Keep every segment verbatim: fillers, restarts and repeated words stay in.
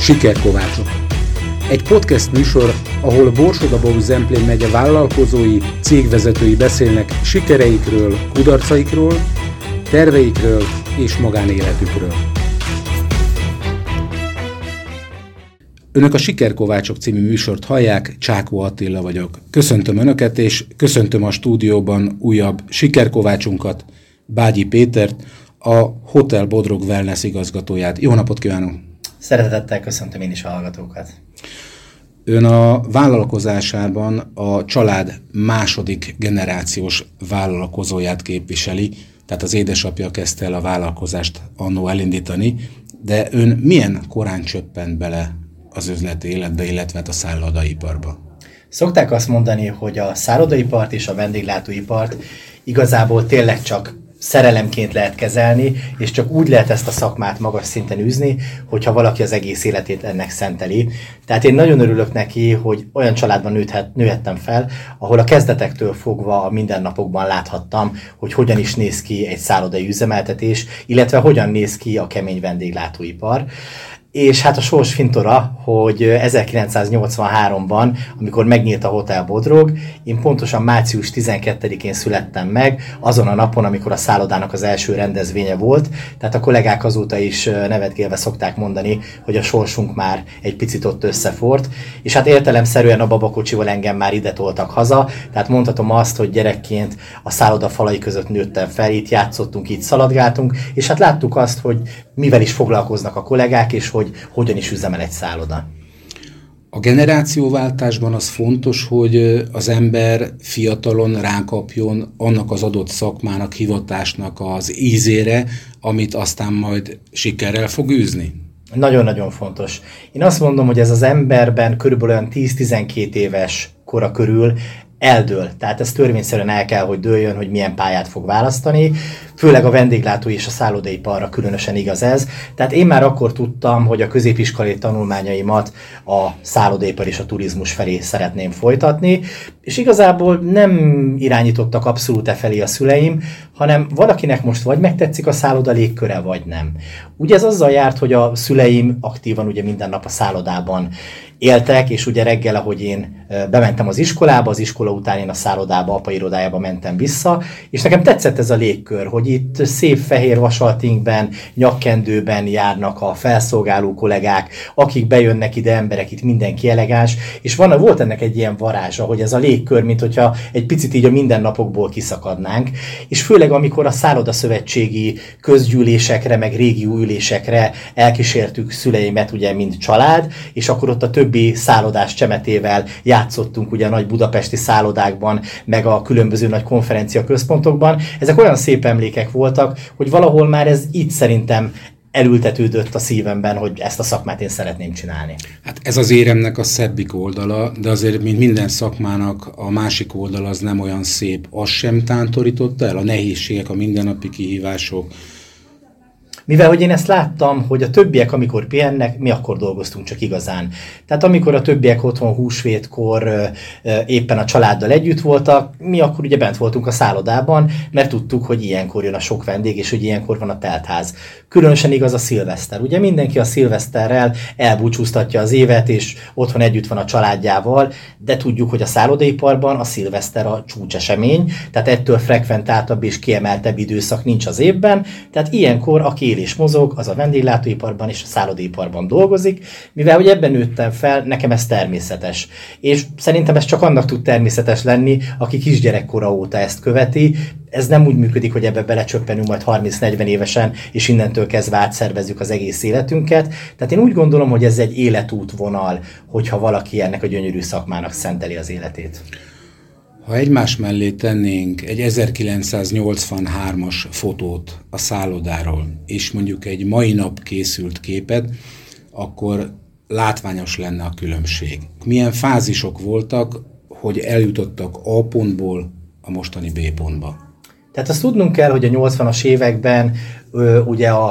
Sikerkovácsok. Egy podcast műsor, ahol Borsod-Abaúj-Zemplén megye vállalkozói, cégvezetői beszélnek sikereikről, kudarcaikról, terveikről és magánéletükről. Önök a Sikerkovácsok című műsort hallják, Csákó Attila vagyok. Köszöntöm Önöket, és köszöntöm a stúdióban újabb sikerkovácsunkat, Bágyi Pétert, a Hotel Bodrog Wellness igazgatóját. Jó napot kívánok! Szeretettel köszöntöm én is a hallgatókat. Ön a vállalkozásában a család második generációs vállalkozóját képviseli, tehát az édesapja kezdte el a vállalkozást annó elindítani, de ön milyen korán csöppent bele az üzleti életbe, illetve a szállodaiparba? Szokták azt mondani, hogy a szállodaipart és a vendéglátóipart igazából tényleg csak szerelemként lehet kezelni, és csak úgy lehet ezt a szakmát magas szinten űzni, hogyha valaki az egész életét ennek szenteli. Tehát én nagyon örülök neki, hogy olyan családban nőhet, nőhettem fel, ahol a kezdetektől fogva a mindennapokban láthattam, hogy hogyan is néz ki egy szállodai üzemeltetés, illetve hogyan néz ki a kemény vendéglátóipar. És hát a sors fintora, hogy ezerkilencszáznyolcvanháromban, amikor megnyílt a Hotel Bodrog, én pontosan március tizenkettedikén születtem meg, azon a napon, amikor a szállodának az első rendezvénye volt, tehát a kollégák azóta is nevetgélve szokták mondani, hogy a sorsunk már egy picit ott összefort, és hát értelemszerűen a babakocsival engem már ide toltak haza, tehát mondhatom azt, hogy gyerekként a szálloda falai között nőttem fel, itt játszottunk, itt szaladgáltunk, és hát láttuk azt, hogy mivel is foglalkoznak a kollégák, és hogy hogyan is üzemel egy szálloda. A generációváltásban az fontos, hogy az ember fiatalon rákapjon annak az adott szakmának, hivatásnak az ízére, amit aztán majd sikerrel fog űzni. Nagyon-nagyon fontos. Én azt mondom, hogy ez az emberben körülbelül olyan tíz-tizenkét éves kora körül eldől. Tehát ez törvényszerűen el kell, hogy dőljön, hogy milyen pályát fog választani. Főleg a vendéglátó és a szállodaiparra különösen igaz ez. Tehát én már akkor tudtam, hogy a középiskolai tanulmányaimat a szállodaipar és a turizmus felé szeretném folytatni, és igazából nem irányítottak abszolút e felé a szüleim, hanem valakinek most vagy megtetszik a szálloda légköre, vagy nem. Ugye ez azzal járt, hogy a szüleim aktívan ugye minden nap a szállodában éltek, és ugye reggel, ahogy én bementem az iskolába, az iskola után én a szállodába, apa irodájába mentem vissza, és nekem tetszett ez a légkör, hogy itt szép fehér vasaltinkben, nyakkendőben járnak a felszolgáló kollégák, akik bejönnek ide, emberek, itt mindenki elegáns, és van, volt ennek egy ilyen varázsa, hogy ez a légkör, mint hogyha egy picit így a mindennapokból kiszakadnánk, és főleg amikor a szállodaszövetségi közgyűlésekre, meg régió ülésekre elkísértük szüleimet, ugye, mint család, és akkor ott a többi szállodás csemetével játszottunk ugye a nagy budapesti szállodákban, meg a különböző nagy konferencia központokban. Ezek olyan szép emlékek voltak, hogy valahol már ez így szerintem elültetődött a szívemben, hogy ezt a szakmát én szeretném csinálni. Hát ez az éremnek a szebbik oldala, de azért, mint minden szakmának, a másik oldala az nem olyan szép. Az sem tántorította el a nehézségek, a mindennapi kihívások? Mivel, hogy én ezt láttam, hogy a többiek, amikor pihennek, mi akkor dolgoztunk csak igazán. Tehát amikor a többiek otthon húsvétkor éppen a családdal együtt voltak, mi akkor ugye bent voltunk a szállodában, mert tudtuk, hogy ilyenkor jön a sok vendég, és hogy ilyenkor van a teltház. Különösen igaz a szilveszter. Ugye mindenki a szilveszterrel elbúcsúztatja az évet, és otthon együtt van a családjával, de tudjuk, hogy a szállodaiparban a szilveszter a csúcsesemény, tehát ettől frekventáltabb és kiemeltebb időszak nincs az évben, tehát ilyenkor aki és mozog, az a vendéglátóiparban és a szállodaiparban dolgozik, mivel hogy ebben nőttem fel, nekem ez természetes. És szerintem ez csak annak tud természetes lenni, aki kisgyerekkora óta ezt követi. Ez nem úgy működik, hogy ebbe belecsöppenünk majd harminc-negyven évesen, és innentől kezdve átszervezzük az egész életünket. Tehát én úgy gondolom, hogy ez egy életútvonal, hogyha valaki ennek a gyönyörű szakmának szenteli az életét. Ha egymás mellé tennénk egy ezerkilencszáznyolcvanhármas fotót a szállodáról, és mondjuk egy mai nap készült képet, akkor látványos lenne a különbség. Milyen fázisok voltak, hogy eljutottak A pontból a mostani B pontba? Tehát azt tudnunk kell, hogy a nyolcvanas években ö, ugye a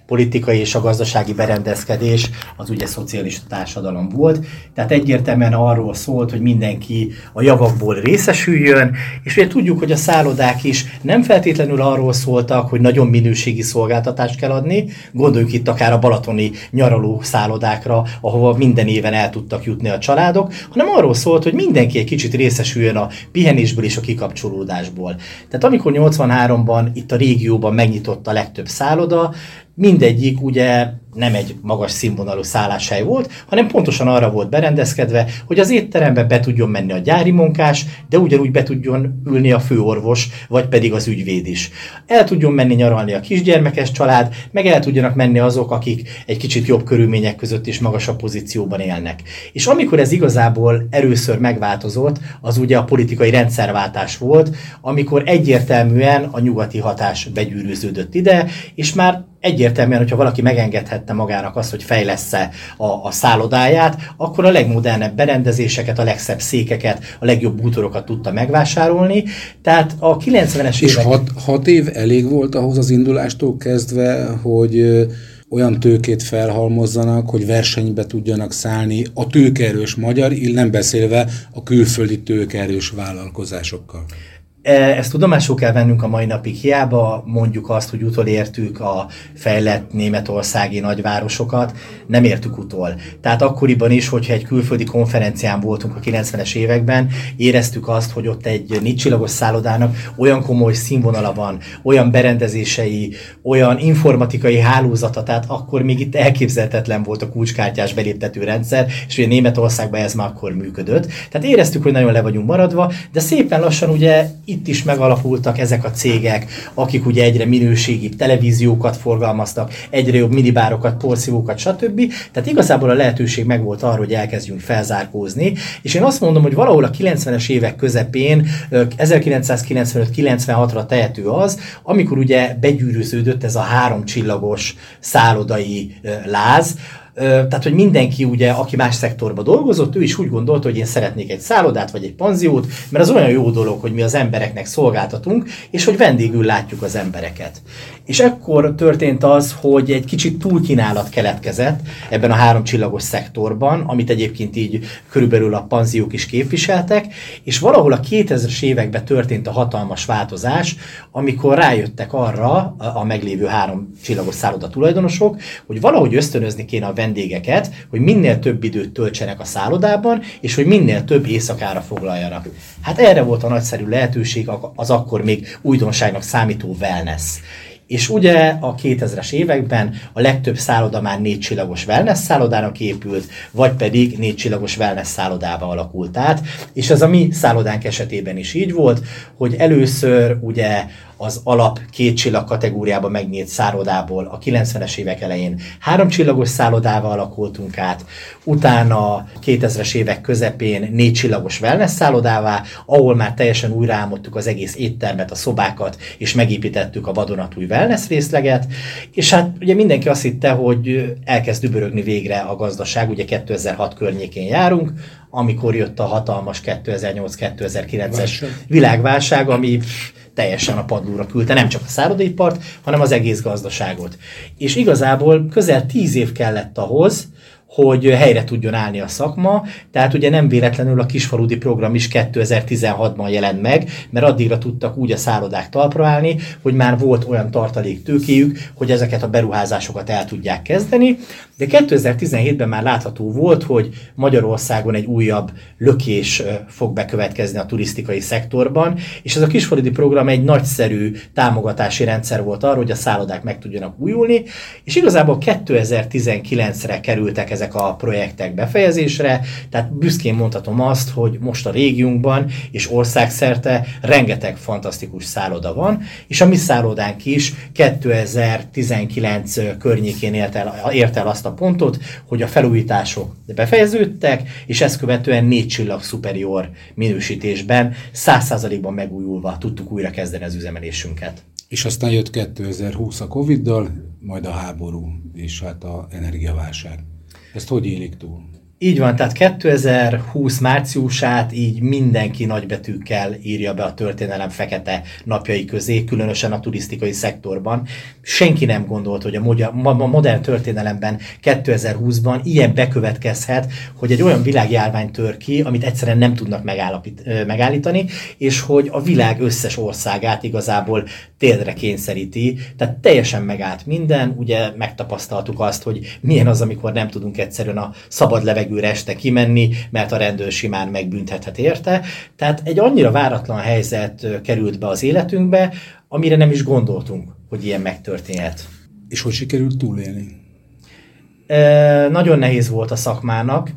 politikai és a gazdasági berendezkedés az ugye szocialista társadalom volt. Tehát egyértelműen arról szólt, hogy mindenki a javakból részesüljön, és ugye tudjuk, hogy a szállodák is nem feltétlenül arról szóltak, hogy nagyon minőségi szolgáltatást kell adni, gondoljuk itt akár a balatoni nyaraló szállodákra, ahova minden éven el tudtak jutni a családok, hanem arról szólt, hogy mindenki egy kicsit részesüljön a pihenésből és a kikapcsolódásból. Tehát amikor nyolcvanháromban itt a régióban megnyitott a legtöbb szálloda, mindegyik ugye nem egy magas színvonalú szálláshely volt, hanem pontosan arra volt berendezkedve, hogy az étterembe be tudjon menni a gyári munkás, de ugyanúgy be tudjon ülni a főorvos, vagy pedig az ügyvéd is. El tudjon menni nyaralni a kisgyermekes család, meg el tudjanak menni azok, akik egy kicsit jobb körülmények között és magasabb pozícióban élnek. És amikor ez igazából először megváltozott, az ugye a politikai rendszerváltás volt, amikor egyértelműen a nyugati hatás begyűrűződött ide, és már egyértelműen, hogyha valaki megengedhette magának azt, hogy fejlessze a, a szállodáját, akkor a legmodernebb berendezéseket, a legszebb székeket, a legjobb bútorokat tudta megvásárolni. Tehát a kilencvenes és évek... És hat, hat év elég volt ahhoz az indulástól kezdve, hogy olyan tőkét felhalmozzanak, hogy versenybe tudjanak szállni a tőkeerős magyar, nem beszélve a külföldi tőkeerős vállalkozásokkal. Ezt tudomásul kell vennünk a mai napig, hiába mondjuk azt, hogy utolértük a fejlett németországi nagyvárosokat, nem értük utol. Tehát akkoriban is, hogyha egy külföldi konferencián voltunk a kilencvenes években, éreztük azt, hogy ott egy négy csillagos szállodának olyan komoly színvonala van, olyan berendezései, olyan informatikai hálózata, tehát akkor még itt elképzelhetetlen volt a kulcskártyás beléptető rendszer, és ugye Németországban ez már akkor működött. Tehát éreztük, hogy nagyon le vagyunk maradva, de szépen lassan ugye itt is megalakultak ezek a cégek, akik ugye egyre minőségibb televíziókat forgalmaztak, egyre jobb minibárokat, porszívókat, stb. Tehát igazából a lehetőség megvolt arra, hogy elkezdjünk felzárkózni, és én azt mondom, hogy valahol a kilencvenes évek közepén, ezerkilencszázkilencvenöt kilencvenhatra tehető az, amikor ugye begyűrűződött ez a három csillagos szállodai láz, tehát, hogy mindenki ugye, aki más szektorban dolgozott, ő is úgy gondolta, hogy én szeretnék egy szállodát vagy egy panziót, mert az olyan jó dolog, hogy mi az embereknek szolgáltatunk, és hogy vendégül látjuk az embereket. És ekkor történt az, hogy egy kicsit túlkínálat keletkezett ebben a három csillagos szektorban, amit egyébként így körülbelül a panziók is képviseltek, és valahol a kétezres években történt a hatalmas változás, amikor rájöttek arra a meglévő három csillagos szálloda tulajdonosok, hogy valahogy ösztönözni kéne a vendégeket, hogy minél több időt töltsenek a szállodában, és hogy minél több éjszakára foglaljanak. Hát erre volt a nagyszerű lehetőség az akkor még újdonságnak számító wellness. És ugye a kétezres években a legtöbb szálloda már négy csillagos wellness szállodának épült, vagy pedig négy csillagos wellness szállodába alakult át, és ez a mi szállodánk esetében is így volt, hogy először ugye az alap két csillag kategóriába megnyílt szállodából a kilencvenes évek elején három csillagos szállodával alakultunk át, utána kétezres évek közepén négy csillagos wellness szállodává, ahol már teljesen újraálmodtuk az egész éttermet, a szobákat, és megépítettük a vadonatúj wellness részleget, és hát ugye mindenki azt hitte, hogy elkezd dübörögni végre a gazdaság, ugye kétezer-hat környékén járunk, amikor jött a hatalmas kétezer-nyolc kétezer-kilences világválság, ami teljesen a padlóra küldte nem csak a szállodaipart, hanem az egész gazdaságot. És igazából közel tíz év kellett ahhoz, hogy helyre tudjon állni a szakma, tehát ugye nem véletlenül a kisfaludi program is kétezer-tizenhatban jelent meg, mert addigra tudtak úgy a szállodák talpra állni, hogy már volt olyan tartalék tőkéjük, hogy ezeket a beruházásokat el tudják kezdeni, de kétezer-tizenhétben már látható volt, hogy Magyarországon egy újabb lökés fog bekövetkezni a turisztikai szektorban, és ez a kisfaludi program egy nagyszerű támogatási rendszer volt arra, hogy a szállodák meg tudjanak újulni, és igazából kétezer-tizenkilencre kerültek ezek a projektek befejezésre, tehát büszkén mondhatom azt, hogy most a régiónkban és országszerte rengeteg fantasztikus szálloda van, és a mi szállodánk is kétezer-tizenkilenc környékén ért el, ért el azt a pontot, hogy a felújítások befejeződtek, és ezt követően négy csillag superior minősítésben száz százalékban megújulva tudtuk újra kezdeni az üzemelésünket. És aztán jött kétezer-húsz a Coviddal, majd a háború és hát a energiaválság. Ezt hogy élik túl? Így van, tehát kétezer-húsz márciusát így mindenki nagybetűkkel írja be a történelem fekete napjai közé, különösen a turisztikai szektorban. Senki nem gondolt, hogy a modern történelemben kétezer-húszban ilyen bekövetkezhet, hogy egy olyan világjárvány tör ki, amit egyszerűen nem tudnak megállítani, és hogy a világ összes országát igazából térdre kényszeríti. Tehát teljesen megállt minden, ugye megtapasztaltuk azt, hogy milyen az, amikor nem tudunk egyszerűen a szabad levegőre este kimenni, mert a rendőr simán megbüntethet érte. Tehát egy annyira váratlan helyzet került be az életünkbe, amire nem is gondoltunk, hogy ilyen megtörténhet. És hogy sikerült túlélni? E, nagyon nehéz volt a szakmának,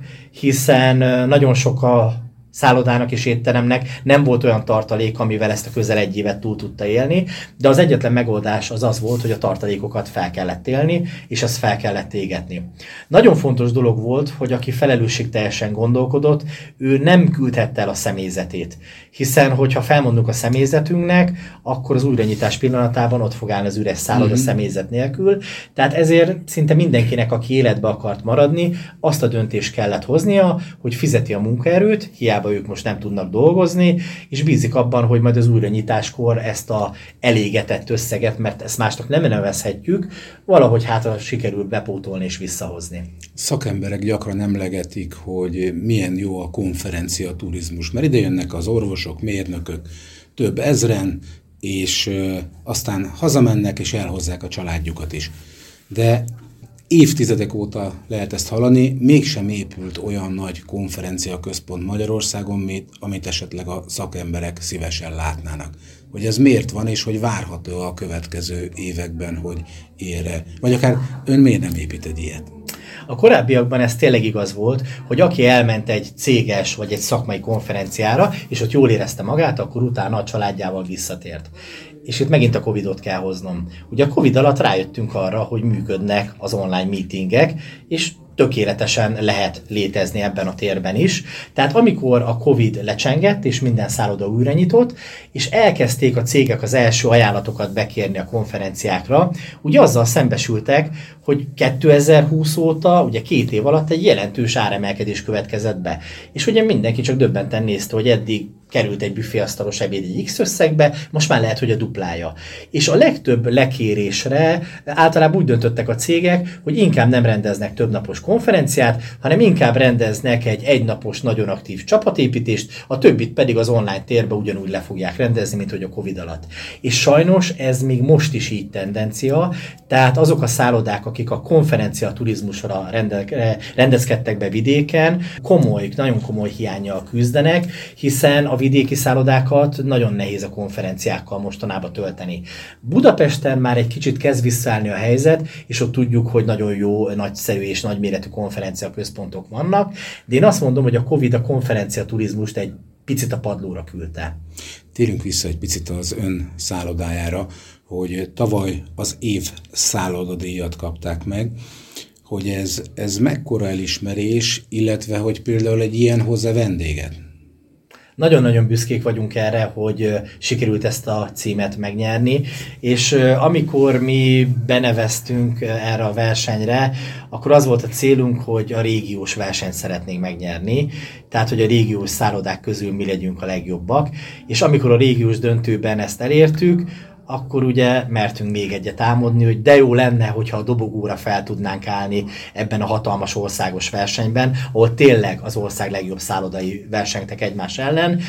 hiszen nagyon sok a szállodának és étteremnek nem volt olyan tartalék, amivel ezt a közel egy évet túl tudta élni, de az egyetlen megoldás az az volt, hogy a tartalékokat fel kellett élni, és ezt fel kellett égetni. Nagyon fontos dolog volt, hogy aki felelősségteljesen gondolkodott, ő nem küldhette el a személyzetét. Hiszen, hogyha felmondunk a személyzetünknek, akkor az újranyitás pillanatában ott fog állni az üres szálloda mm-hmm. személyzet nélkül. Tehát ezért szinte mindenkinek, aki életbe akart maradni, azt a döntést kellett hoznia, hogy fizeti a munkaerőt, hiába ők most nem tudnak dolgozni, és bízik abban, hogy majd az újranyitáskor ezt a elégetett összeget, mert ezt másnak nem nevezhetjük, valahogy hátra sikerül bepótolni és visszahozni. Szakemberek gyakran emlegetik, hogy milyen jó a konferencia turizmus, mert ide jönnek az orvosok, mérnökök, több ezren, és ö, aztán hazamennek és elhozzák a családjukat is. De évtizedek óta lehet ezt hallani, mégsem épült olyan nagy konferenciaközpont Magyarországon, amit esetleg a szakemberek szívesen látnának. Hogy ez miért van, és hogy várható a következő években, hogy érje. Vagy akár ön miért nem épít egy ilyet? A korábbiakban ez tényleg igaz volt, hogy aki elment egy céges vagy egy szakmai konferenciára, és ott jól érezte magát, akkor utána a családjával visszatért. És itt megint a Covidot kell hoznom. Ugye a Covid alatt rájöttünk arra, hogy működnek az online meetingek, és tökéletesen lehet létezni ebben a térben is. Tehát amikor a Covid lecsengett, és minden szálloda újra nyitott, és elkezdték a cégek az első ajánlatokat bekérni a konferenciákra, ugye azzal szembesültek, hogy kétezer-húsz óta, ugye két év alatt egy jelentős áremelkedés következett be. És ugye mindenki csak döbbenten nézte, hogy eddig került egy büféasztalos ebéd egy X összegbe, most már lehet, hogy a duplája. És a legtöbb lekérésre általában úgy döntöttek a cégek, hogy inkább nem rendeznek többnapos konferenciát, hanem inkább rendeznek egy egynapos, nagyon aktív csapatépítést, a többit pedig az online térbe ugyanúgy le fogják rendezni, mint hogy a Covid alatt. És sajnos ez még most is így tendencia, tehát azok a szállodák, akik a konferencia turizmusra rendezkedtek be vidéken, komoly, nagyon komoly hiánnyal küzdenek, hiszen a vidéki szállodákat nagyon nehéz a konferenciákkal mostanában tölteni. Budapesten már egy kicsit kezd visszaállni a helyzet, és ott tudjuk, hogy nagyon jó, nagyszerű és nagyméretű konferenciaközpontok vannak, de én azt mondom, hogy a Covid a konferencia turizmust egy picit a padlóra küldte. Térjünk vissza egy picit az ön szállodájára, hogy tavaly az év szállodadíjat kapták meg, hogy ez, ez mekkora elismerés, illetve hogy például egy ilyen hozza vendéget. Nagyon-nagyon büszkék vagyunk erre, hogy sikerült ezt a címet megnyerni, és amikor mi beneveztünk erre a versenyre, akkor az volt a célunk, hogy a régiós versenyt szeretnénk megnyerni, tehát hogy a régiós szállodák közül mi legyünk a legjobbak, és amikor a régiós döntőben ezt elértük, akkor ugye mertünk még egyet álmodni, hogy de jó lenne, hogyha a dobogóra fel tudnánk állni ebben a hatalmas országos versenyben, ahol tényleg az ország legjobb szállodai versenytek egymás ellen,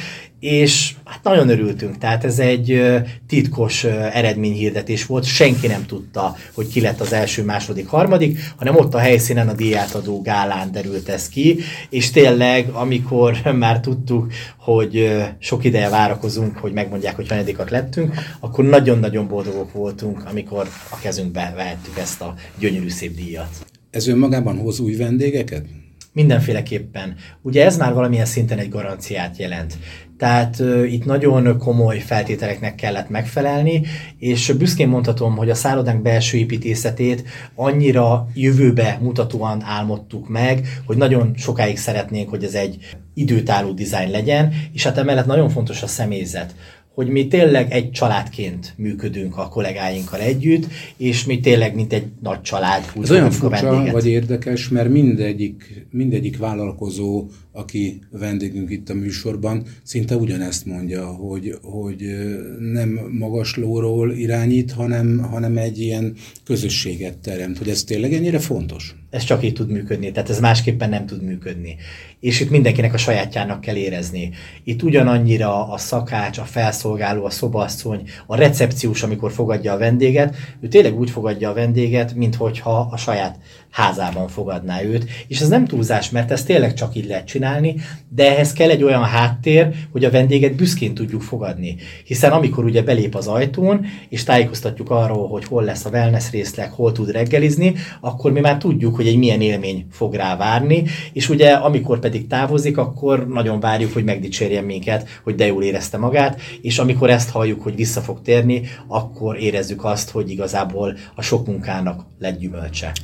és hát nagyon örültünk, tehát ez egy titkos eredményhirdetés volt, senki nem tudta, hogy ki lett az első, második, harmadik, hanem ott a helyszínen a díjátadó gálán derült ez ki, és tényleg, amikor már tudtuk, hogy sok ideje várakozunk, hogy megmondják, hogy hanyadikat lettünk, akkor nagyon-nagyon boldogok voltunk, amikor a kezünkbe vehettük ezt a gyönyörű szép díjat. Ez önmagában hoz új vendégeket? Mindenféleképpen. Ugye ez már valamilyen szinten egy garanciát jelent. Tehát uh, itt nagyon komoly feltételeknek kellett megfelelni, és büszkén mondhatom, hogy a szállodánk belső építészetét annyira jövőbe mutatóan álmodtuk meg, hogy nagyon sokáig szeretnénk, hogy ez egy időtálló dizájn legyen, és hát emellett nagyon fontos a személyzet, hogy mi tényleg egy családként működünk a kollégáinkkal együtt, és mi tényleg mint egy nagy család. Ez olyan furcsa vagy érdekes, mert mindegyik, mindegyik vállalkozó, aki vendégünk itt a műsorban, szinte ugyanezt mondja, hogy, hogy nem magaslóról irányít, hanem, hanem egy ilyen közösséget teremt. Hogy ez tényleg ennyire fontos? Ez csak így tud működni, tehát ez másképpen nem tud működni. És itt mindenkinek a sajátjának kell érezni. Itt ugyanannyira a szakács, a felszolgáló, a szobaasszony, a recepciós, amikor fogadja a vendéget, ő tényleg úgy fogadja a vendéget, minthogyha a saját házában fogadná őt. És ez nem túlzás, mert ezt tényleg csak így lehet csinálni, de ehhez kell egy olyan háttér, hogy a vendéget büszkén tudjuk fogadni. Hiszen amikor ugye belép az ajtón, és tájékoztatjuk arról, hogy hol lesz a wellness részleg, hol tud reggelizni, akkor mi már tudjuk, hogy egy milyen élmény fog rá várni, és ugye amikor pedig távozik, akkor nagyon várjuk, hogy megdicsérjen minket, hogy de jól érezte magát, és amikor ezt halljuk, hogy vissza fog térni, akkor érezzük azt, hogy igazából a sok munkának lett gyümölcse.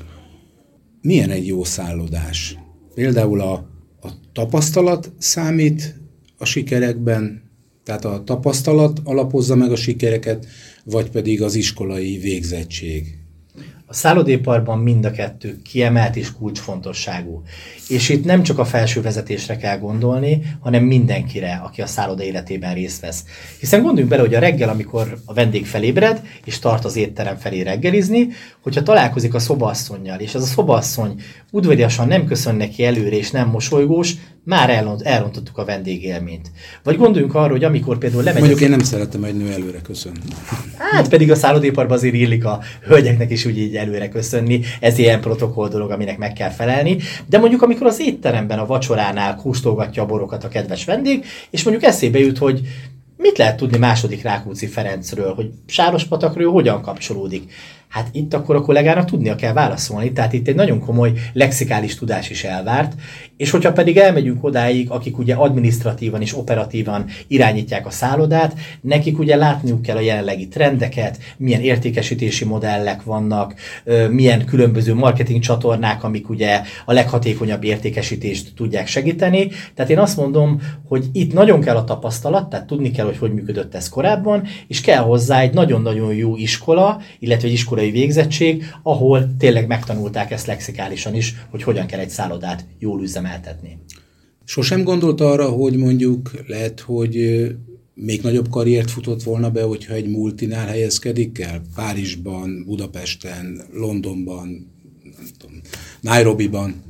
Milyen egy jó szállodás? Például a, a tapasztalat számít a sikerekben, tehát a tapasztalat alapozza meg a sikereket, vagy pedig az iskolai végzettség? A szállodéparban mind a kettő kiemelt és kulcsfontosságú. És itt nem csak a felső vezetésre kell gondolni, hanem mindenkire, aki a szálloda életében részt vesz. Hiszen gondoljunk bele, hogy a reggel, amikor a vendég felébred, és tart az étterem felé reggelizni, hogyha találkozik a szobaasszonnyal, és ez a szobaasszony udvariasan nem köszön neki előre, és nem mosolygós, már elront, elrontottuk a vendégélményt. Vagy gondoljunk arra, hogy amikor például lemegy... Mondjuk én nem szeretem egy nő előre köszönni. Hát pedig a szállodéparban azért illik a hölgyeknek is úgy így előre köszönni, ez ilyen protokoll dolog, aminek meg kell felelni. De mondjuk amikor az étteremben, a vacsoránál kóstolgatja a borokat a kedves vendég, és mondjuk eszébe jut, hogy mit lehet tudni második Rákóczi Ferencről, hogy Sárospatakról hogyan kapcsolódik. Hát itt akkor a kollégának tudnia kell válaszolni, tehát itt egy nagyon komoly lexikális tudás is elvárt, és hogyha pedig elmegyünk odáig, akik ugye adminisztratívan és operatívan irányítják a szállodát, nekik ugye látniuk kell a jelenlegi trendeket, milyen értékesítési modellek vannak, milyen különböző marketing csatornák, amik ugye a leghatékonyabb értékesítést tudják segíteni. Tehát én azt mondom, hogy itt nagyon kell a tapasztalat, tehát tudni kell, hogy hogy működött ez korábban, és kell hozzá egy nagyon-nagyon jó iskola, illetve egy iskolai végzettség, ahol tényleg megtanulták ezt lexikálisan is, hogy hogyan kell egy szállodát jól üzemeltetni. Sosem gondolt arra, hogy mondjuk lehet, hogy még nagyobb karriert futott volna be, hogyha egy multinál helyezkedik el? Párizsban, Budapesten, Londonban, nem tudom, Nairobiban.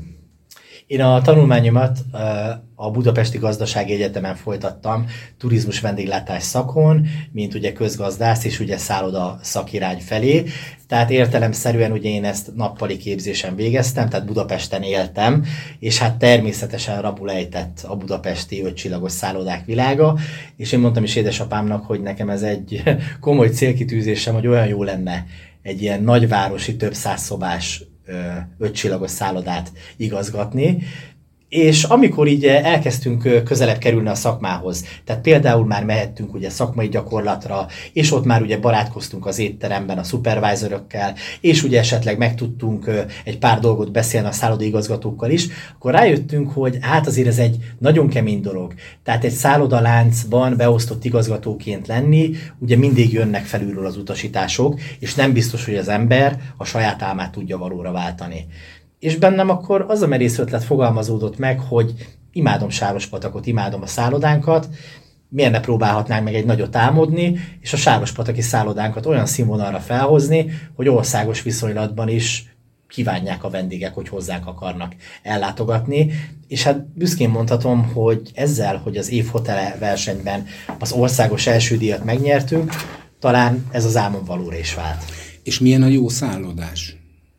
Én a tanulmányomat a Budapesti Gazdasági Egyetemen folytattam, turizmus vendéglátás szakon, mint ugye közgazdász és ugye szálloda szakirány felé. Tehát értelemszerűen ugye én ezt nappali képzésen végeztem, tehát Budapesten éltem, és hát természetesen rabul ejtett a budapesti ötcsillagos szállodák világa, és én mondtam is édesapámnak, hogy nekem ez egy komoly célkitűzésem, hogy olyan jó lenne egy ilyen nagyvárosi, több száz szobás ötcsillagos szállodát igazgatni, és amikor így elkezdtünk közelebb kerülni a szakmához, tehát például már mehettünk ugye szakmai gyakorlatra, és ott már ugye barátkoztunk az étteremben a szupervájzörökkel, és ugye esetleg meg tudtunk egy pár dolgot beszélni a szállodaigazgatókkal is, akkor rájöttünk, hogy hát azért ez egy nagyon kemény dolog. Tehát egy szállodaláncban beosztott igazgatóként lenni, ugye mindig jönnek felülről az utasítások, és nem biztos, hogy az ember a saját álmát tudja valóra váltani. És bennem akkor az a merész ötlet fogalmazódott meg, hogy imádom Sárospatakot, imádom a szállodánkat, miért ne próbálhatnánk meg egy nagyot álmodni, és a sárospataki szállodánkat olyan színvonalra felhozni, hogy országos viszonylatban is kívánják a vendégek, hogy hozzánk akarnak ellátogatni. És hát büszkén mondhatom, hogy ezzel, hogy az évhotel versenyben az országos első díjat megnyertünk, talán ez az álmom valóra is vált. És milyen a jó szállodás?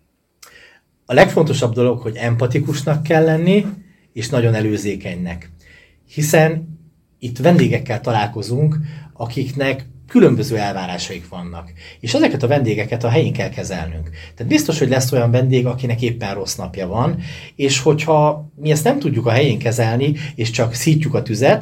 A legfontosabb dolog, hogy empatikusnak kell lenni, és nagyon előzékenynek. Hiszen itt vendégekkel találkozunk, akiknek különböző elvárásaik vannak. És ezeket a vendégeket a helyén kell kezelnünk. Tehát biztos, hogy lesz olyan vendég, akinek éppen rossz napja van, és hogyha mi ezt nem tudjuk a helyén kezelni, és csak szítjuk a tüzet,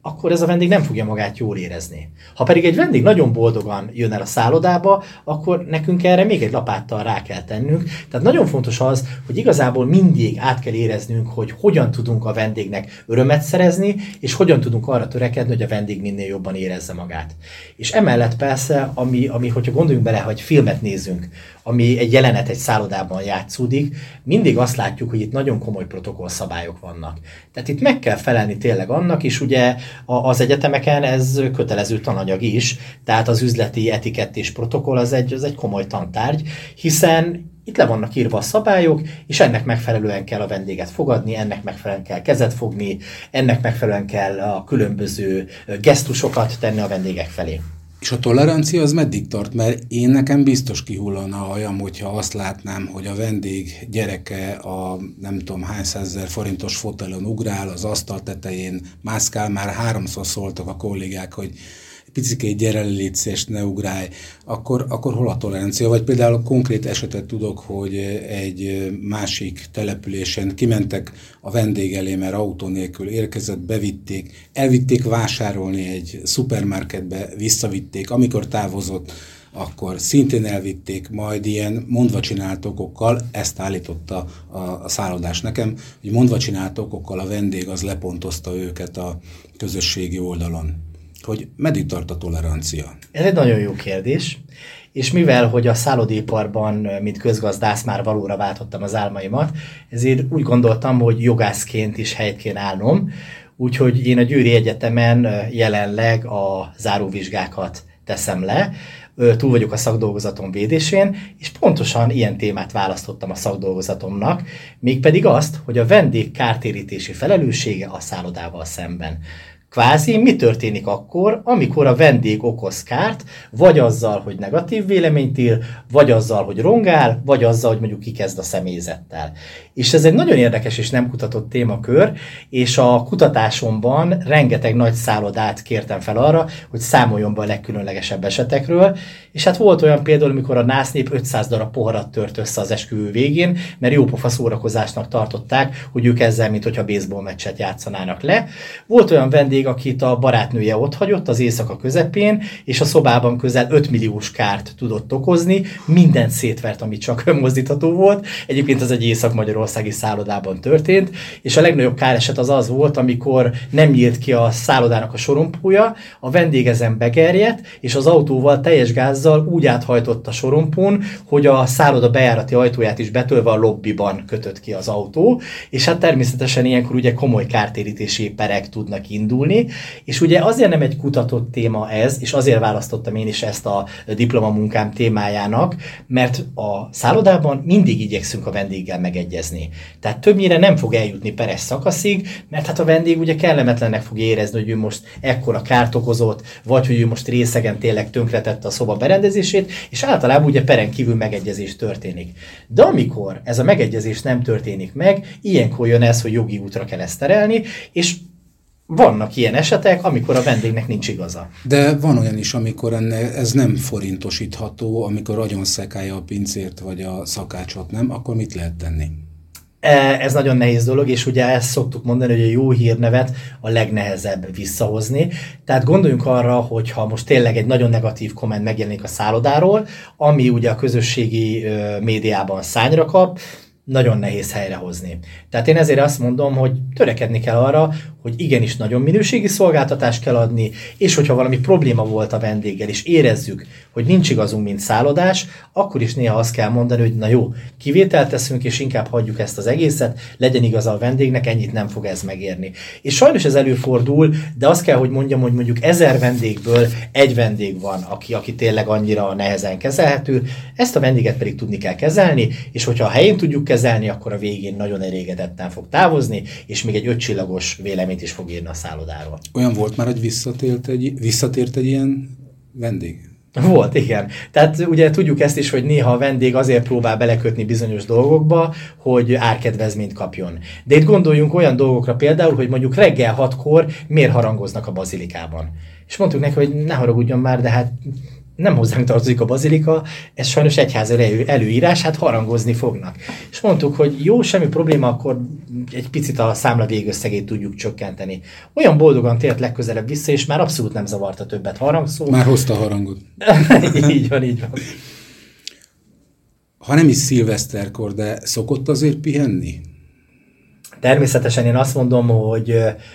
akkor ez a vendég nem fogja magát jól érezni. Ha pedig egy vendég nagyon boldogan jön el a szállodába, akkor nekünk erre még egy lapáttal rá kell tennünk. Tehát nagyon fontos az, hogy igazából mindig át kell éreznünk, hogy hogyan tudunk a vendégnek örömet szerezni, és hogyan tudunk arra törekedni, hogy a vendég minél jobban érezze magát. És emellett persze, ami, ami hogyha gondoljunk bele, hogy filmet nézünk, ami egy jelenet egy szállodában játszódik, mindig azt látjuk, hogy itt nagyon komoly protokollszabályok vannak. Tehát itt meg kell felelni tényleg annak, és ugye az egyetemeken ez kötelező tananyag is, tehát az üzleti etikett és protokoll az egy, az egy komoly tantárgy, hiszen itt le vannak írva a szabályok, és ennek megfelelően kell a vendéget fogadni, ennek megfelelően kell kezet fogni, ennek megfelelően kell a különböző gesztusokat tenni a vendégek felé. És a tolerancia az meddig tart? Mert én nekem biztos kihullana a hajam, hogyha azt látnám, hogy a vendég gyereke a nem tudom hány százezer forintos fotelon ugrál, az asztal tetején mászkál, már háromszor szóltak a kollégák, hogy picikét gyere le, légy szíves, ne ugrálj, akkor, akkor hol a tolerancia? Vagy például konkrét esetet tudok, hogy egy másik településen kimentek a vendég elé, mert autó nélkül érkezett, bevitték, elvitték vásárolni egy szupermarketbe, visszavitték, amikor távozott, akkor szintén elvitték, majd ilyen mondva csinált okokkal, ezt állította a, a szállodás nekem, hogy mondva csinált okokkal a vendég az lepontozta őket a közösségi oldalon. Hogy meddig tart a tolerancia? Ez egy nagyon jó kérdés, és mivel, hogy a szállodaiparban, mint közgazdász már valóra váltottam az álmaimat, ezért úgy gondoltam, hogy jogászként is helyt kéne állnom, úgyhogy én a Győri Egyetemen jelenleg a záróvizsgákat teszem le, túl vagyok a szakdolgozatom védésén, és pontosan ilyen témát választottam a szakdolgozatomnak, mégpedig azt, hogy a vendég kártérítési felelőssége a szállodával szemben. Kvázi mi történik akkor, amikor a vendég okoz kárt, vagy azzal, hogy negatív véleményt ír, vagy azzal, hogy rongál, vagy azzal, hogy mondjuk kikezd a személyzettel. És ez egy nagyon érdekes és nem kutatott témakör, és a kutatásomban rengeteg nagy szállodát kértem fel arra, hogy számoljon be a legkülönlegesebb esetekről, és hát volt olyan például, amikor a násznép ötszáz darab poharat tört össze az esküvő végén, mert jópofa szórakozásnak tartották, hogy ők ezzel, mint hogyha baseball meccset játszanának le. Volt olyan vendég, akit a barátnője otthagyott az éjszaka közepén, és a szobában közel öt milliós kárt tudott okozni, mindent szétvert, amit csak mozdítható volt. Egyébként ez egy észak-magyarországi szállodában történt, és a legnagyobb káreset az az volt, amikor nem nyílt ki a szállodának a sorompója, a vendég ezen begerjedt, és az autóval teljes gázzal úgy áthajtott a sorompón, hogy a szálloda bejárati ajtóját is betölve a lobbiban kötött ki az autó, és hát természetesen ilyenkor ugye komoly kártérítési perek tudnak indulni, és ugye azért nem egy kutatott téma ez, és azért választottam én is ezt a diplomamunkám témájának, mert a szállodában mindig igyekszünk a vendéggel megegyezni. Tehát többnyire nem fog eljutni peres szakaszig, mert hát a vendég ugye kellemetlennek fog érezni, hogy ő most ekkora kárt okozott, vagy hogy ő most részegen tényleg tönkretette a szoba berendezését, és általában ugye peren kívül megegyezés történik. De amikor ez a megegyezés nem történik meg, ilyenkor jön ez, hogy jogi útra kell ezt terelni, és vannak ilyen esetek, amikor a vendégnek nincs igaza. De van olyan is, amikor enne, ez nem forintosítható, amikor agyonszekálja a pincért vagy a szakácsot, nem? Akkor mit lehet tenni? Ez nagyon nehéz dolog, és ugye ezt szoktuk mondani, hogy a jó hírnevet a legnehezebb visszahozni. Tehát gondoljunk arra, hogy ha most tényleg egy nagyon negatív komment megjelenik a szállodáról, ami ugye a közösségi médiában szányra kap, nagyon nehéz helyrehozni. Tehát én ezért azt mondom, hogy törekedni kell arra, hogy igenis nagyon minőségi szolgáltatást kell adni, és hogyha valami probléma volt a vendéggel, és érezzük, hogy nincs igazunk, mint szállodás, akkor is néha azt kell mondani, hogy na jó, kivételt teszünk, és inkább hagyjuk ezt az egészet, legyen igaza a vendégnek, ennyit nem fog ez megérni. És sajnos ez előfordul, de azt kell, hogy mondjam, hogy mondjuk ezer vendégből egy vendég van, aki, aki tényleg annyira nehezen kezelhető, ezt a vendéget pedig tudni kell kezelni, és hogyha a helyén tudjuk kezelni, akkor a végén nagyon elégedetten fog távozni, és még egy ötcsillagos véleményt is fog írni a szállodáról. Olyan volt már, hogy visszatért egy, visszatért egy ilyen vendég? Volt, igen. Tehát ugye tudjuk ezt is, hogy néha a vendég azért próbál belekötni bizonyos dolgokba, hogy árkedvezményt kapjon. De itt gondoljunk olyan dolgokra például, hogy mondjuk reggel hatkor miért harangoznak a bazilikában. És mondtuk neki, hogy ne haragudjon már, de hát nem hozzánk tartozik a bazilika, ez sajnos egyház elő, előírás, hát harangozni fognak. És mondtuk, hogy jó, semmi probléma, akkor egy picit a számla végösszegét tudjuk csökkenteni. Olyan boldogan tért legközelebb vissza, és már abszolút nem zavarta többet harangszó. Már hozta a harangot. Így van, így van. Ha nem is szilveszterkor, de szokott azért pihenni? Természetesen én azt mondom, hogy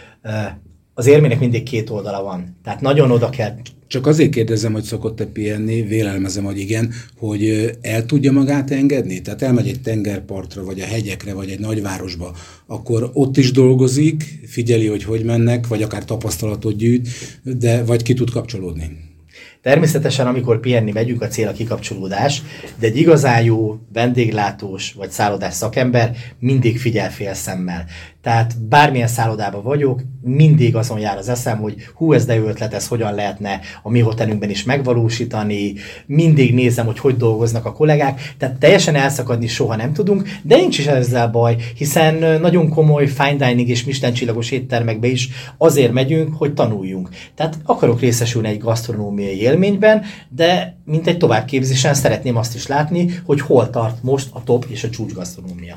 az érmének mindig két oldala van. Tehát nagyon oda kell... Csak azért kérdezem, hogy szokott-e pihenni, vélelmezem, hogy igen, hogy el tudja magát engedni? Tehát elmegy egy tengerpartra, vagy a hegyekre, vagy egy nagyvárosba, akkor ott is dolgozik, figyeli, hogy hogy mennek, vagy akár tapasztalatot gyűjt, de vagy ki tud kapcsolódni? Természetesen, amikor pihenni megyünk, a cél a kikapcsolódás, de egy igazán jó vendéglátós vagy szállodás szakember mindig figyel félszemmel. Tehát bármilyen szállodában vagyok, mindig azon jár az eszem, hogy hú, ez de jó ötlet, ez hogyan lehetne a mi hotelünkben is megvalósítani, mindig nézem, hogy hogy dolgoznak a kollégák, tehát teljesen elszakadni soha nem tudunk, de nincs is ezzel baj, hiszen nagyon komoly fine dining és Michelin csillagos éttermekbe is azért megyünk, hogy tanuljunk. Tehát akarok részesülni egy gasztronómiai élményben, de mint egy továbbképzésen szeretném azt is látni, hogy hol tart most a top és a csúcs gasztronómia.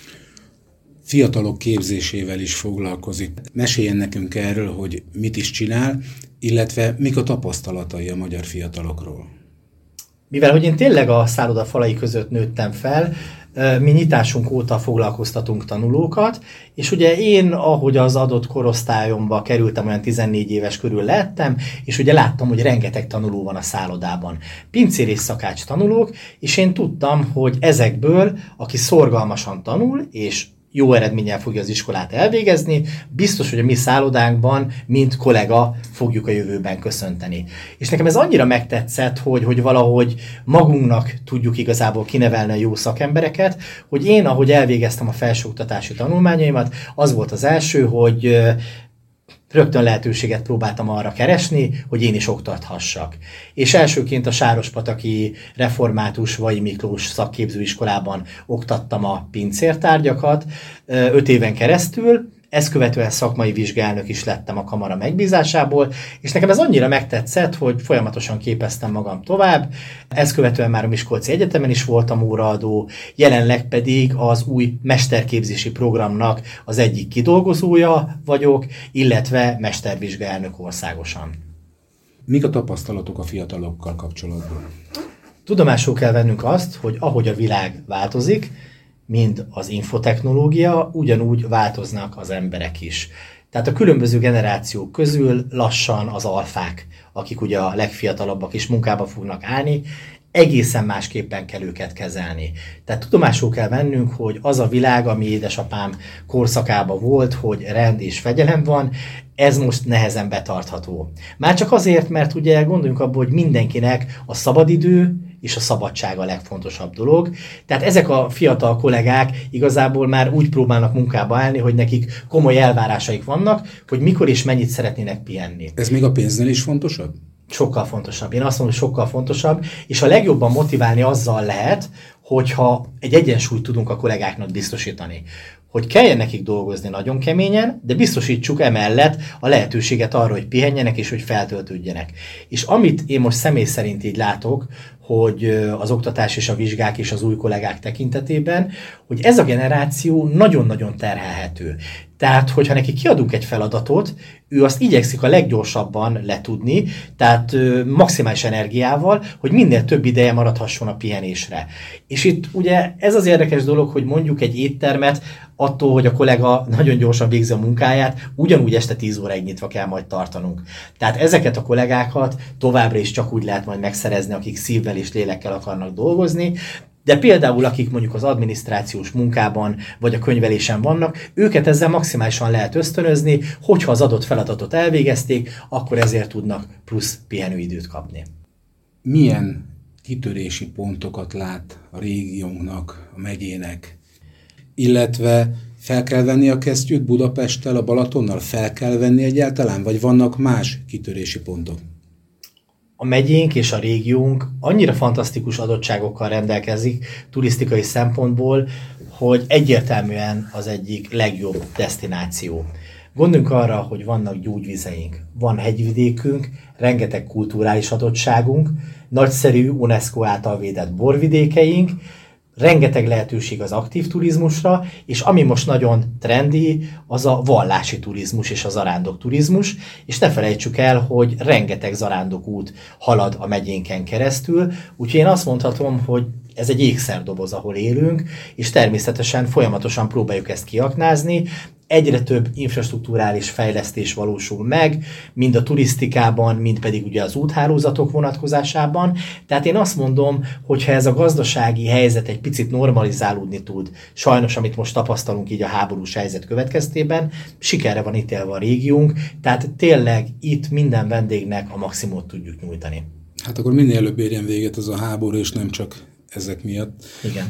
Fiatalok képzésével is foglalkozik. Meséljen nekünk erről, hogy mit is csinál, illetve mik a tapasztalatai a magyar fiatalokról. Mivel, hogy én tényleg a szálloda falai között nőttem fel, mi nyitásunk óta foglalkoztatunk tanulókat, és ugye én, ahogy az adott korosztályomba kerültem, olyan tizennégy éves körül lettem, és ugye láttam, hogy rengeteg tanuló van a szállodában. Pincér és szakács tanulók, és én tudtam, hogy ezekből, aki szorgalmasan tanul, és jó eredménnyel fogja az iskolát elvégezni, biztos, hogy a mi szállodánkban, mint kollega fogjuk a jövőben köszönteni. És nekem ez annyira megtetszett, hogy, hogy valahogy magunknak tudjuk igazából kinevelni a jó szakembereket, hogy én, ahogy elvégeztem a felsőoktatási tanulmányaimat, az volt az első, hogy rögtön lehetőséget próbáltam arra keresni, hogy én is oktathassak. És elsőként a Sárospataki Református Vai Miklós szakképzőiskolában oktattam a pincértárgyakat öt éven keresztül, ezt követően szakmai vizsgálnök is lettem a kamara megbízásából, és nekem ez annyira megtetszett, hogy folyamatosan képeztem magam tovább, ezt követően már a Miskolci Egyetemen is voltam óraadó, jelenleg pedig az új mesterképzési programnak az egyik kidolgozója vagyok, illetve mestervizsgálnök országosan. Mik a tapasztalatok a fiatalokkal kapcsolatban? Tudomásul kell vennünk azt, hogy ahogy a világ változik, mind az infotechnológia, ugyanúgy változnak az emberek is. Tehát a különböző generációk közül lassan az alfák, akik ugye a legfiatalabbak is munkába fognak állni, egészen másképpen kell őket kezelni. Tehát tudomásul kell vennünk, hogy az a világ, ami édesapám korszakában volt, hogy rend és fegyelem van, ez most nehezen betartható. Már csak azért, mert ugye gondoljunk abból, hogy mindenkinek a szabadidő és a szabadság a legfontosabb dolog. Tehát ezek a fiatal kollégák igazából már úgy próbálnak munkába állni, hogy nekik komoly elvárásaik vannak, hogy mikor és mennyit szeretnének pihenni. Ez még a pénznél is fontosabb? Sokkal fontosabb. Én azt mondom, hogy sokkal fontosabb, és a legjobban motiválni azzal lehet, hogyha egy egyensúlyt tudunk a kollégáknak biztosítani. Hogy kelljen nekik dolgozni nagyon keményen, de biztosítsuk emellett a lehetőséget arra, hogy pihenjenek és hogy feltöltődjenek. És amit én most személy szerint így látok, hogy az oktatás és a vizsgák és az új kollégák tekintetében, hogy ez a generáció nagyon-nagyon terhelhető. Tehát, hogyha neki kiadunk egy feladatot, ő azt igyekszik a leggyorsabban letudni, tehát maximális energiával, hogy minél több ideje maradhasson a pihenésre. És itt ugye ez az érdekes dolog, hogy mondjuk egy éttermet attól, hogy a kollega nagyon gyorsan végzi a munkáját, ugyanúgy este tíz óráig nyitva kell majd tartanunk. Tehát ezeket a kollégákat továbbra is csak úgy lehet majd megszerezni, akik szívvel és lélekkel akarnak dolgozni, de például akik mondjuk az adminisztrációs munkában vagy a könyvelésen vannak, őket ezzel maximálisan lehet ösztönözni, hogyha az adott feladatot elvégezték, akkor ezért tudnak plusz pihenőidőt kapni. Milyen kitörési pontokat lát a régiónknak, a megyének, illetve fel kell venni a kesztyűt Budapesttel, a Balatonnal? Fel kell venni egyáltalán, vagy vannak más kitörési pontok? A megyénk és a régiónk annyira fantasztikus adottságokkal rendelkezik turisztikai szempontból, hogy egyértelműen az egyik legjobb desztináció. Gondoljunk arra, hogy vannak gyógyvizeink, van hegyvidékünk, rengeteg kulturális adottságunk, nagyszerű UNESCO által védett borvidékeink, rengeteg lehetőség az aktív turizmusra, és ami most nagyon trendi, az a vallási turizmus és a zarándok turizmus, és ne felejtsük el, hogy rengeteg zarándokút halad a megyénken keresztül, úgyhogy én azt mondhatom, hogy ez egy ékszerdoboz, ahol élünk, és természetesen folyamatosan próbáljuk ezt kiaknázni. Egyre több infrastrukturális fejlesztés valósul meg, mind a turisztikában, mind pedig ugye az úthálózatok vonatkozásában. Tehát én azt mondom, hogy ha ez a gazdasági helyzet egy picit normalizálódni tud, sajnos amit most tapasztalunk így a háborús helyzet következtében, sikerre van ítélve a régiónk, tehát tényleg itt minden vendégnek a maximumot tudjuk nyújtani. Hát akkor minél előbb érjen véget az a háború, és nem csak ezek miatt. Igen.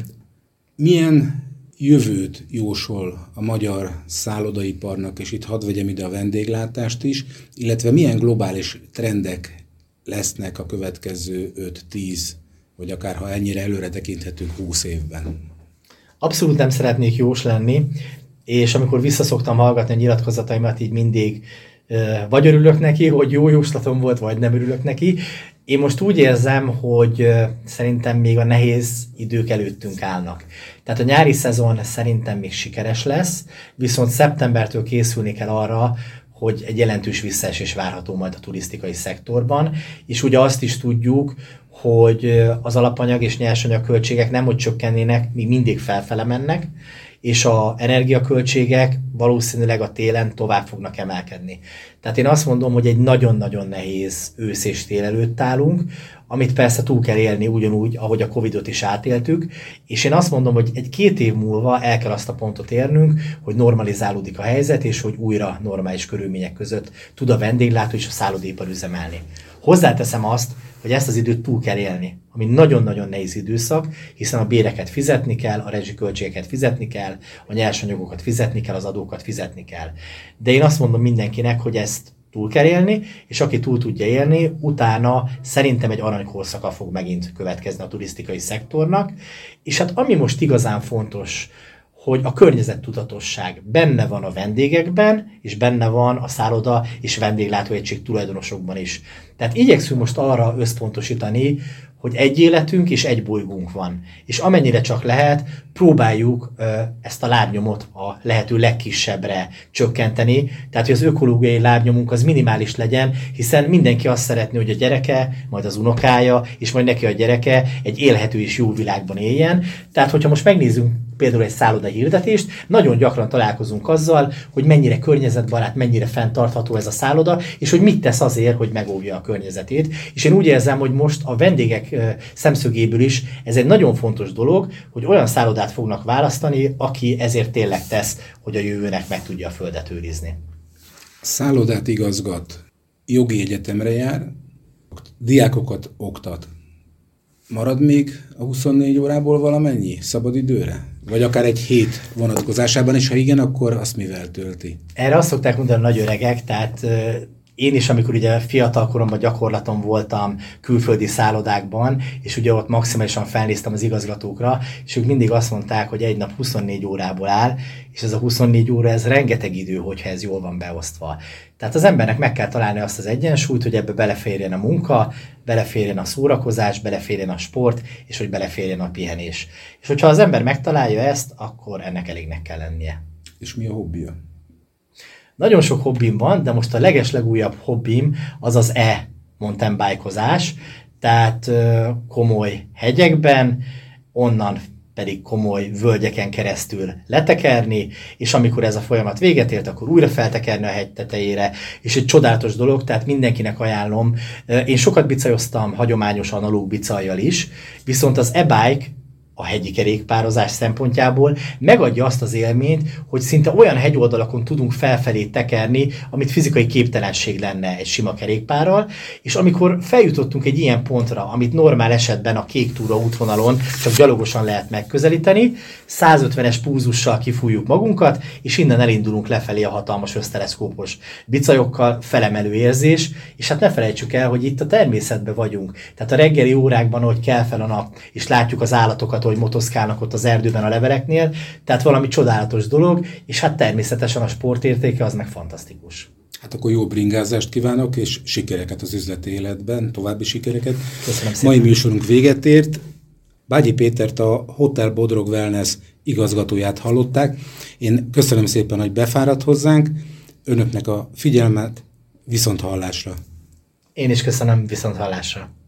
Milyen jövőt jósol a magyar szállodaiparnak, és itt hadd vegyem ide a vendéglátást is, illetve milyen globális trendek lesznek a következő öt-tíz, vagy akár ha ennyire előre tekinthetünk húsz évben? Abszolút nem szeretnék jós lenni, és amikor visszaszoktam hallgatni a nyilatkozataimat, így mindig vagy örülök neki, hogy jó jóslatom volt, vagy nem örülök neki. Én most úgy érzem, hogy szerintem még a nehéz idők előttünk állnak. Tehát a nyári szezon szerintem még sikeres lesz, viszont szeptembertől készülni kell arra, hogy egy jelentős visszaesés várható majd a turisztikai szektorban, és ugye azt is tudjuk, hogy az alapanyag és nyersanyag költségek nem hogy csökkennének, még mindig felfele mennek, és az energiaköltségek valószínűleg a télen tovább fognak emelkedni. Tehát én azt mondom, hogy egy nagyon-nagyon nehéz ősz és tél előtt állunk, amit persze túl kell élni ugyanúgy, ahogy a Covidot is átéltük, és én azt mondom, hogy egy-két év múlva el kell azt a pontot érnünk, hogy normalizálódik a helyzet, és hogy újra normális körülmények között tud a vendéglátó és a szállodépar üzemelni. Hozzáteszem azt, hogy ezt az időt túl kell élni, ami nagyon-nagyon nehéz időszak, hiszen a béreket fizetni kell, a rezsiköltségeket fizetni kell, a nyersanyagokat fizetni kell, az adókat fizetni kell. De én azt mondom mindenkinek, hogy ezt túl kell élni, és aki túl tudja élni, utána szerintem egy aranykorszaka fog megint következni a turisztikai szektornak. És hát ami most igazán fontos, hogy a környezettudatosság benne van a vendégekben, és benne van a szálloda és vendéglátóegység tulajdonosokban is. Tehát igyekszünk most arra összpontosítani, hogy egy életünk és egy bolygónk van. És amennyire csak lehet, próbáljuk ö, ezt a lábnyomot a lehető legkisebbre csökkenteni. Tehát, hogy az ökológiai lábnyomunk az minimális legyen, hiszen mindenki azt szeretné, hogy a gyereke, majd az unokája, és majd neki a gyereke egy élhető és jó világban éljen. Tehát, hogyha most megnézzünk például egy szálloda hirdetést, nagyon gyakran találkozunk azzal, hogy mennyire környezetbarát, mennyire fenntartható ez a szálloda, és hogy mit tesz azért, hogy megóvja a környezetét. És én úgy érzem, hogy most a vendégek szemszögéből is ez egy nagyon fontos dolog, hogy olyan szállodát fognak választani, aki ezért tényleg tesz, hogy a jövőnek meg tudja a földet őrizni. Szállodát igazgat, jogi egyetemre jár, diákokat oktat. Marad még a huszonnégy órából valamennyi szabadidőre? Vagy akár egy hét vonatkozásában, és ha igen, akkor azt mivel tölti? Erre azt szokták mondani a nagy öregek, tehát én is, amikor ugye fiatal koromban gyakorlatom voltam külföldi szállodákban, és ugye ott maximálisan felnéztem az igazgatókra, és ők mindig azt mondták, hogy egy nap huszonnégy órából áll, és ez a huszonnégy óra, ez rengeteg idő, hogyha ez jól van beosztva. Tehát az embernek meg kell találni azt az egyensúlyt, hogy ebbe beleférjen a munka, beleférjen a szórakozás, beleférjen a sport, és hogy beleférjen a pihenés. És hogyha az ember megtalálja ezt, akkor ennek elégnek kell lennie. És mi a hobbija? Nagyon sok hobbim van, de most a legeslegújabb hobbim az az e-mountain bike-ozás, tehát komoly hegyekben, onnan pedig komoly völgyeken keresztül letekerni, és amikor ez a folyamat véget ért, akkor újra feltekerni a hegy tetejére, és egy csodálatos dolog, tehát mindenkinek ajánlom. Én sokat bicajoztam hagyományos analóg bicajjal is, viszont az e-bike a hegyi kerékpározás szempontjából megadja azt az élményt, hogy szinte olyan hegyoldalakon tudunk felfelé tekerni, amit fizikai képtelenség lenne egy sima kerékpárral, és amikor feljutottunk egy ilyen pontra, amit normál esetben a kék túra útvonalon csak gyalogosan lehet megközelíteni, százötvenes púzussal kifújjuk magunkat, és innen elindulunk lefelé a hatalmas összteleszkópos bicajokkal, felemelő érzés, és hát ne felejtsük el, hogy itt a természetben vagyunk. Tehát a reggeli órákban, ahogy kell fel a nap, és látjuk az állatokat, hogy motoszkálnak ott az erdőben a leveleknél, tehát valami csodálatos dolog, és hát természetesen a sportértéke az meg fantasztikus. Hát akkor jó bringázást kívánok, és sikereket az üzleti életben, további sikereket. Köszönöm szépen. Mai műsorunk véget ért. Bágyi Pétert, a Hotel Bodrog Wellness igazgatóját hallották. Én köszönöm szépen, hogy befáradt hozzánk. Önöknek a figyelmet, viszont hallásra. Én is köszönöm, viszont hallásra.